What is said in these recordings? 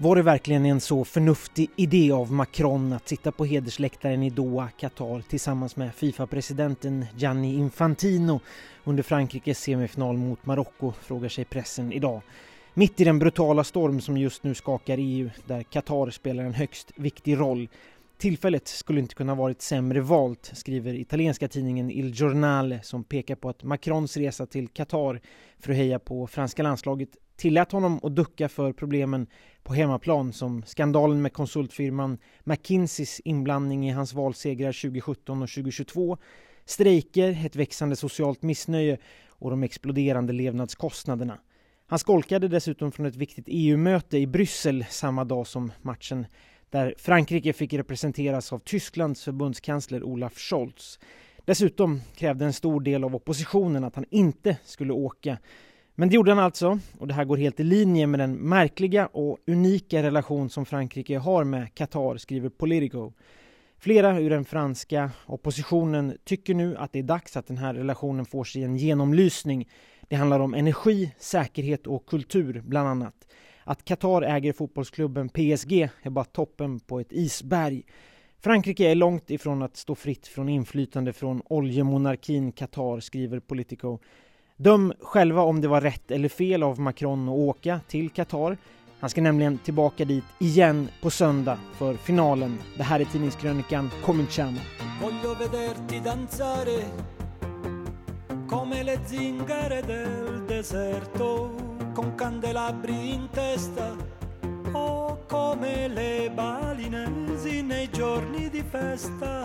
Var det verkligen en så förnuftig idé av Macron att sitta på hedersläktaren i Doha, Qatar tillsammans med FIFA-presidenten Gianni Infantino under Frankrikes semifinal mot Marocko, frågar sig pressen idag. Mitt i den brutala storm som just nu skakar EU, där Qatar spelar en högst viktig roll. Tillfället skulle inte kunna varit sämre valt, skriver italienska tidningen Il Giornale, som pekar på att Macrons resa till Qatar för att heja på franska landslaget tillät honom att ducka för problemen på hemmaplan, som skandalen med konsultfirman McKinseys inblandning i hans valsegrar 2017 och 2022, strejker, ett växande socialt missnöje och de exploderande levnadskostnaderna. Han skolkade dessutom från ett viktigt EU-möte i Bryssel samma dag som matchen, där Frankrike fick representeras av Tysklands förbundskansler Olaf Scholz. Dessutom krävde en stor del av oppositionen att han inte skulle åka. Men det gjorde han alltså, och det här går helt i linje med den märkliga och unika relation som Frankrike har med Qatar, skriver Politico. Flera ur den franska oppositionen tycker nu att det är dags att den här relationen får sig en genomlysning. Det handlar om energi, säkerhet och kultur bland annat. Att Qatar äger fotbollsklubben PSG är bara toppen på ett isberg. Frankrike är långt ifrån att stå fritt från inflytande från oljemonarkin Qatar, skriver Politico. Döm själva om det var rätt eller fel av Macron att åka till Qatar. Han ska nämligen tillbaka dit igen på söndag för finalen. Det här är tidningskrönikan Cominciamo. Voglio vederti danzare come le zingare del deserto con candelabri in testa o come le balinesi nei giorni di festa.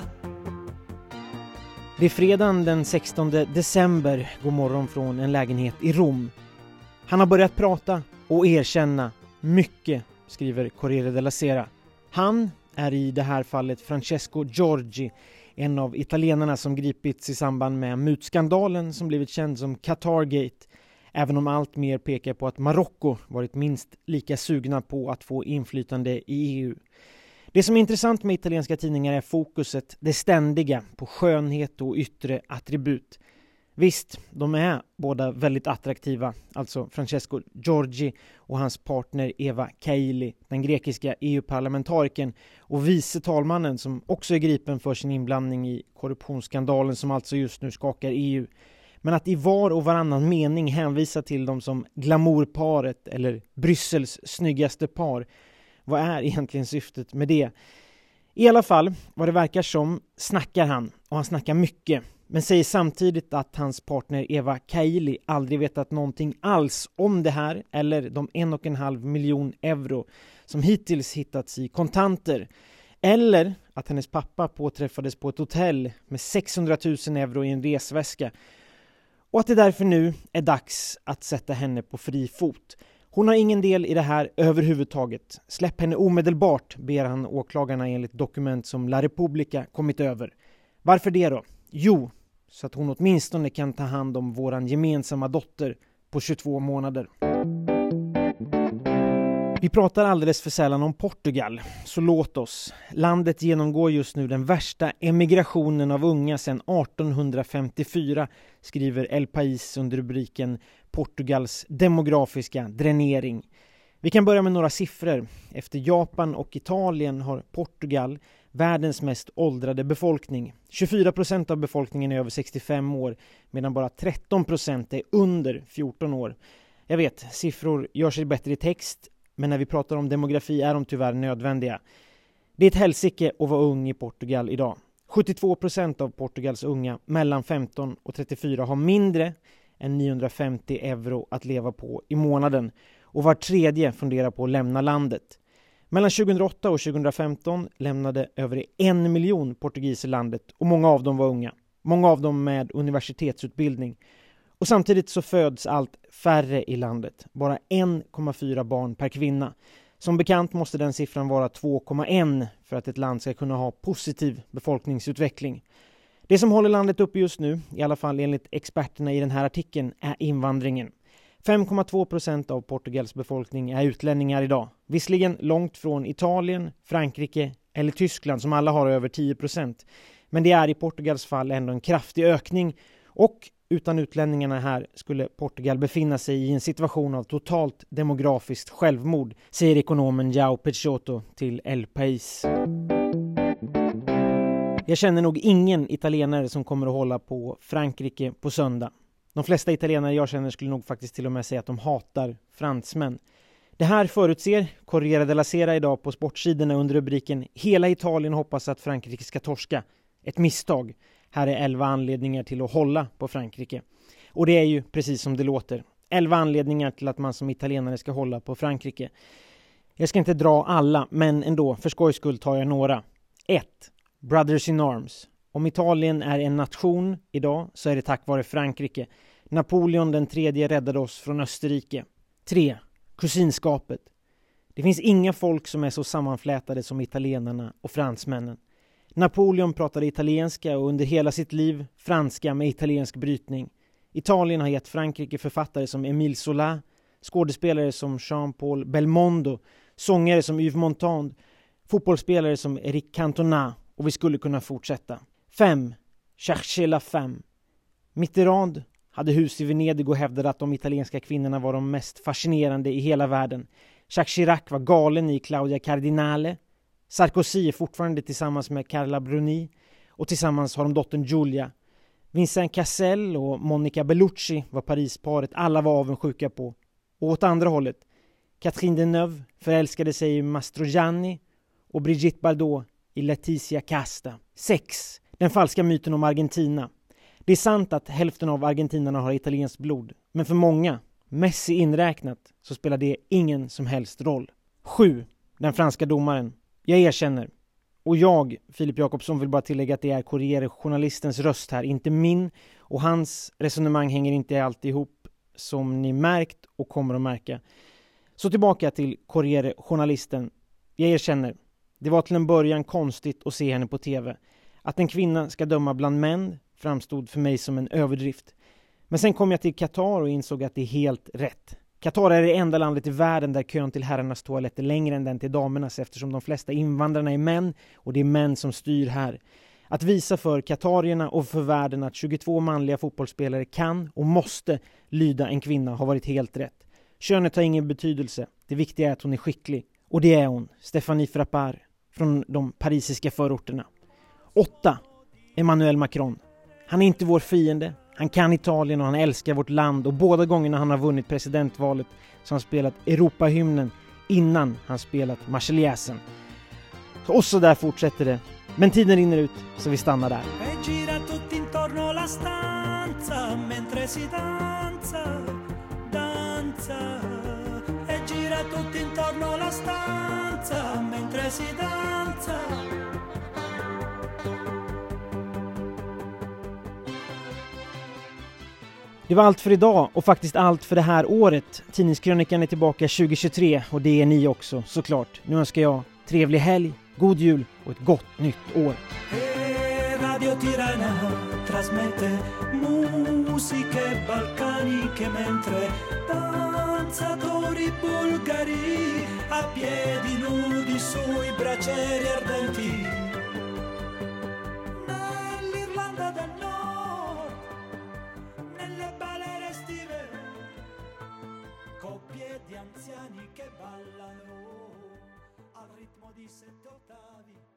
Det är fredagen den 16 december, god morgon från en lägenhet i Rom. Han har börjat prata och erkänna mycket, skriver Corriere della Sera. Han är i det här fallet Francesco Giorgi, en av italienarna som gripits i samband med mutskandalen som blivit känd som Qatargate, även om allt mer pekar på att Marocko varit minst lika sugna på att få inflytande i EU. Det som är intressant med italienska tidningar är fokuset, det ständiga, på skönhet och yttre attribut. Visst, de är båda väldigt attraktiva, alltså Francesco Giorgi och hans partner Eva Kaili, den grekiska EU-parlamentarikern och vice talmannen som också är gripen för sin inblandning i korruptionsskandalen som alltså just nu skakar EU. Men att i var och varannan mening hänvisa till dem som glamourparet eller Bryssels snyggaste par, vad är egentligen syftet med det? I alla fall, vad det verkar som, snackar han, och han snackar mycket, men säger samtidigt att hans partner Eva Kaili aldrig vetat någonting alls om det här eller de 1,5 miljon euro som hittills hittats i kontanter, eller att hennes pappa påträffades på ett hotell med 600 000 euro i en resväska, och att det därför nu är dags att sätta henne på fri fot. Hon har ingen del i det här överhuvudtaget. Släpp henne omedelbart, ber han åklagarna enligt dokument som La Repubblica kommit över. Varför det då? Jo, så att hon åtminstone kan ta hand om våran gemensamma dotter på 22 månader. Vi pratar alldeles för sällan om Portugal, så låt oss. Landet genomgår just nu den värsta emigrationen av unga sedan 1854, skriver El País under rubriken Portugals demografiska dränering. Vi kan börja med några siffror. Efter Japan och Italien har Portugal världens mest åldrade befolkning. 24% av befolkningen är över 65 år, medan bara 13% är under 14 år. Jag vet, siffror gör sig bättre i text, men när vi pratar om demografi är de tyvärr nödvändiga. Det är ett helsike att vara ung i Portugal idag. 72% av Portugals unga mellan 15 och 34 har mindre än 950 euro att leva på i månaden, och var tredje funderar på att lämna landet. Mellan 2008 och 2015 lämnade över 1 miljon portugiser landet, och många av dem var unga. Många av dem med universitetsutbildning. Och samtidigt så föds allt färre i landet. Bara 1,4 barn per kvinna. Som bekant måste den siffran vara 2,1 för att ett land ska kunna ha positiv befolkningsutveckling. Det som håller landet uppe just nu, i alla fall enligt experterna i den här artikeln, är invandringen. 5,2% av Portugals befolkning är utlänningar idag. Visserligen långt från Italien, Frankrike eller Tyskland som alla har över 10%. Men det är i Portugals fall ändå en kraftig ökning, och Utan utlänningarna här skulle Portugal befinna sig i en situation av totalt demografiskt självmord, säger ekonomen João Peixoto till El País. Jag känner nog ingen italienare som kommer att hålla på Frankrike på söndag. De flesta italienare jag känner skulle nog faktiskt till och med säga att de hatar fransmän. Det här förutser Corriere della Sera idag på sportsidorna under rubriken "Hela Italien hoppas att Frankrike ska torska. Ett misstag. Här är 11 anledningar till att hålla på Frankrike." Och det är ju precis som det låter. 11 anledningar till att man som italienare ska hålla på Frankrike. Jag ska inte dra alla, men ändå, för skojs skull tar jag några. 1. Brothers in Arms. Om Italien är en nation idag så är det tack vare Frankrike. Napoleon den tredje räddade oss från Österrike. 3. Kusinskapet. Det finns inga folk som är så sammanflätade som italienarna och fransmännen. Napoleon pratade italienska och under hela sitt liv franska med italiensk brytning. Italien har gett Frankrike författare som Émile Zola, skådespelare som Jean-Paul Belmondo, sångare som Yves Montand, fotbollsspelare som Eric Cantona, och vi skulle kunna fortsätta. 5. Cherchez la femme. Mitterrand hade hus i Venedig och hävdade att de italienska kvinnorna var de mest fascinerande i hela världen. Jacques Chirac var galen i Claudia Cardinale. Sarkozy är fortfarande tillsammans med Carla Bruni och tillsammans har de dottern Giulia. Vincent Cassel och Monica Bellucci var Parisparet alla var avundsjuka på. Och åt andra hållet, Catherine Deneuve förälskade sig i Mastrogianni och Brigitte Bardot i Letizia Casta. 6. Den falska myten om Argentina. Det är sant att hälften av argentinarna har italienskt blod, men för många, Messi inräknat, så spelar det ingen som helst roll. 7. Den franska domaren. Jag erkänner. Och jag, Filip Jakobsson, vill bara tillägga att det är Corriere-journalistens röst här, inte min. Och hans resonemang hänger inte alltid ihop, som ni märkt och kommer att märka. Så tillbaka till Corriere-journalisten. Jag erkänner. Det var till en början konstigt att se henne på tv. Att en kvinna ska döma bland män framstod för mig som en överdrift. Men sen kom jag till Qatar och insåg att det är helt rätt. Qatar är det enda landet i världen där kön till herrarnas toalett är längre än den till damernas, eftersom de flesta invandrarna är män och det är män som styr här. Att visa för qatarierna och för världen att 22 manliga fotbollsspelare kan och måste lyda en kvinna har varit helt rätt. Könet har ingen betydelse. Det viktiga är att hon är skicklig. Och det är hon, Stéphanie Frappart, från de parisiska förorterna. 8. Emmanuel Macron. Han är inte vår fiende. Han kan Italien och han älskar vårt land, och båda gångerna han har vunnit presidentvalet så har han spelat Europahymnen innan han spelat Marseljäsen. Och så där fortsätter det. Men tiden rinner ut så vi stannar där. Gira tutti intorno alla stanza mentre si danza, danza. Gira tutti intorno alla stanza mentre si danza. Det var allt för idag och faktiskt allt för det här året. Tidningskrönikan är tillbaka 2023 och det är ni också såklart. Nu önskar jag trevlig helg, god jul och ett gott nytt år. Radio Tirana trasmette musiche balcaniche mentre danzatori bulgari a piedi nudi sui bracieri ardenti. Nell'Irlanda del Nord, nelle balere estive, coppie di anziani che ballano al ritmo di 7 ottavi.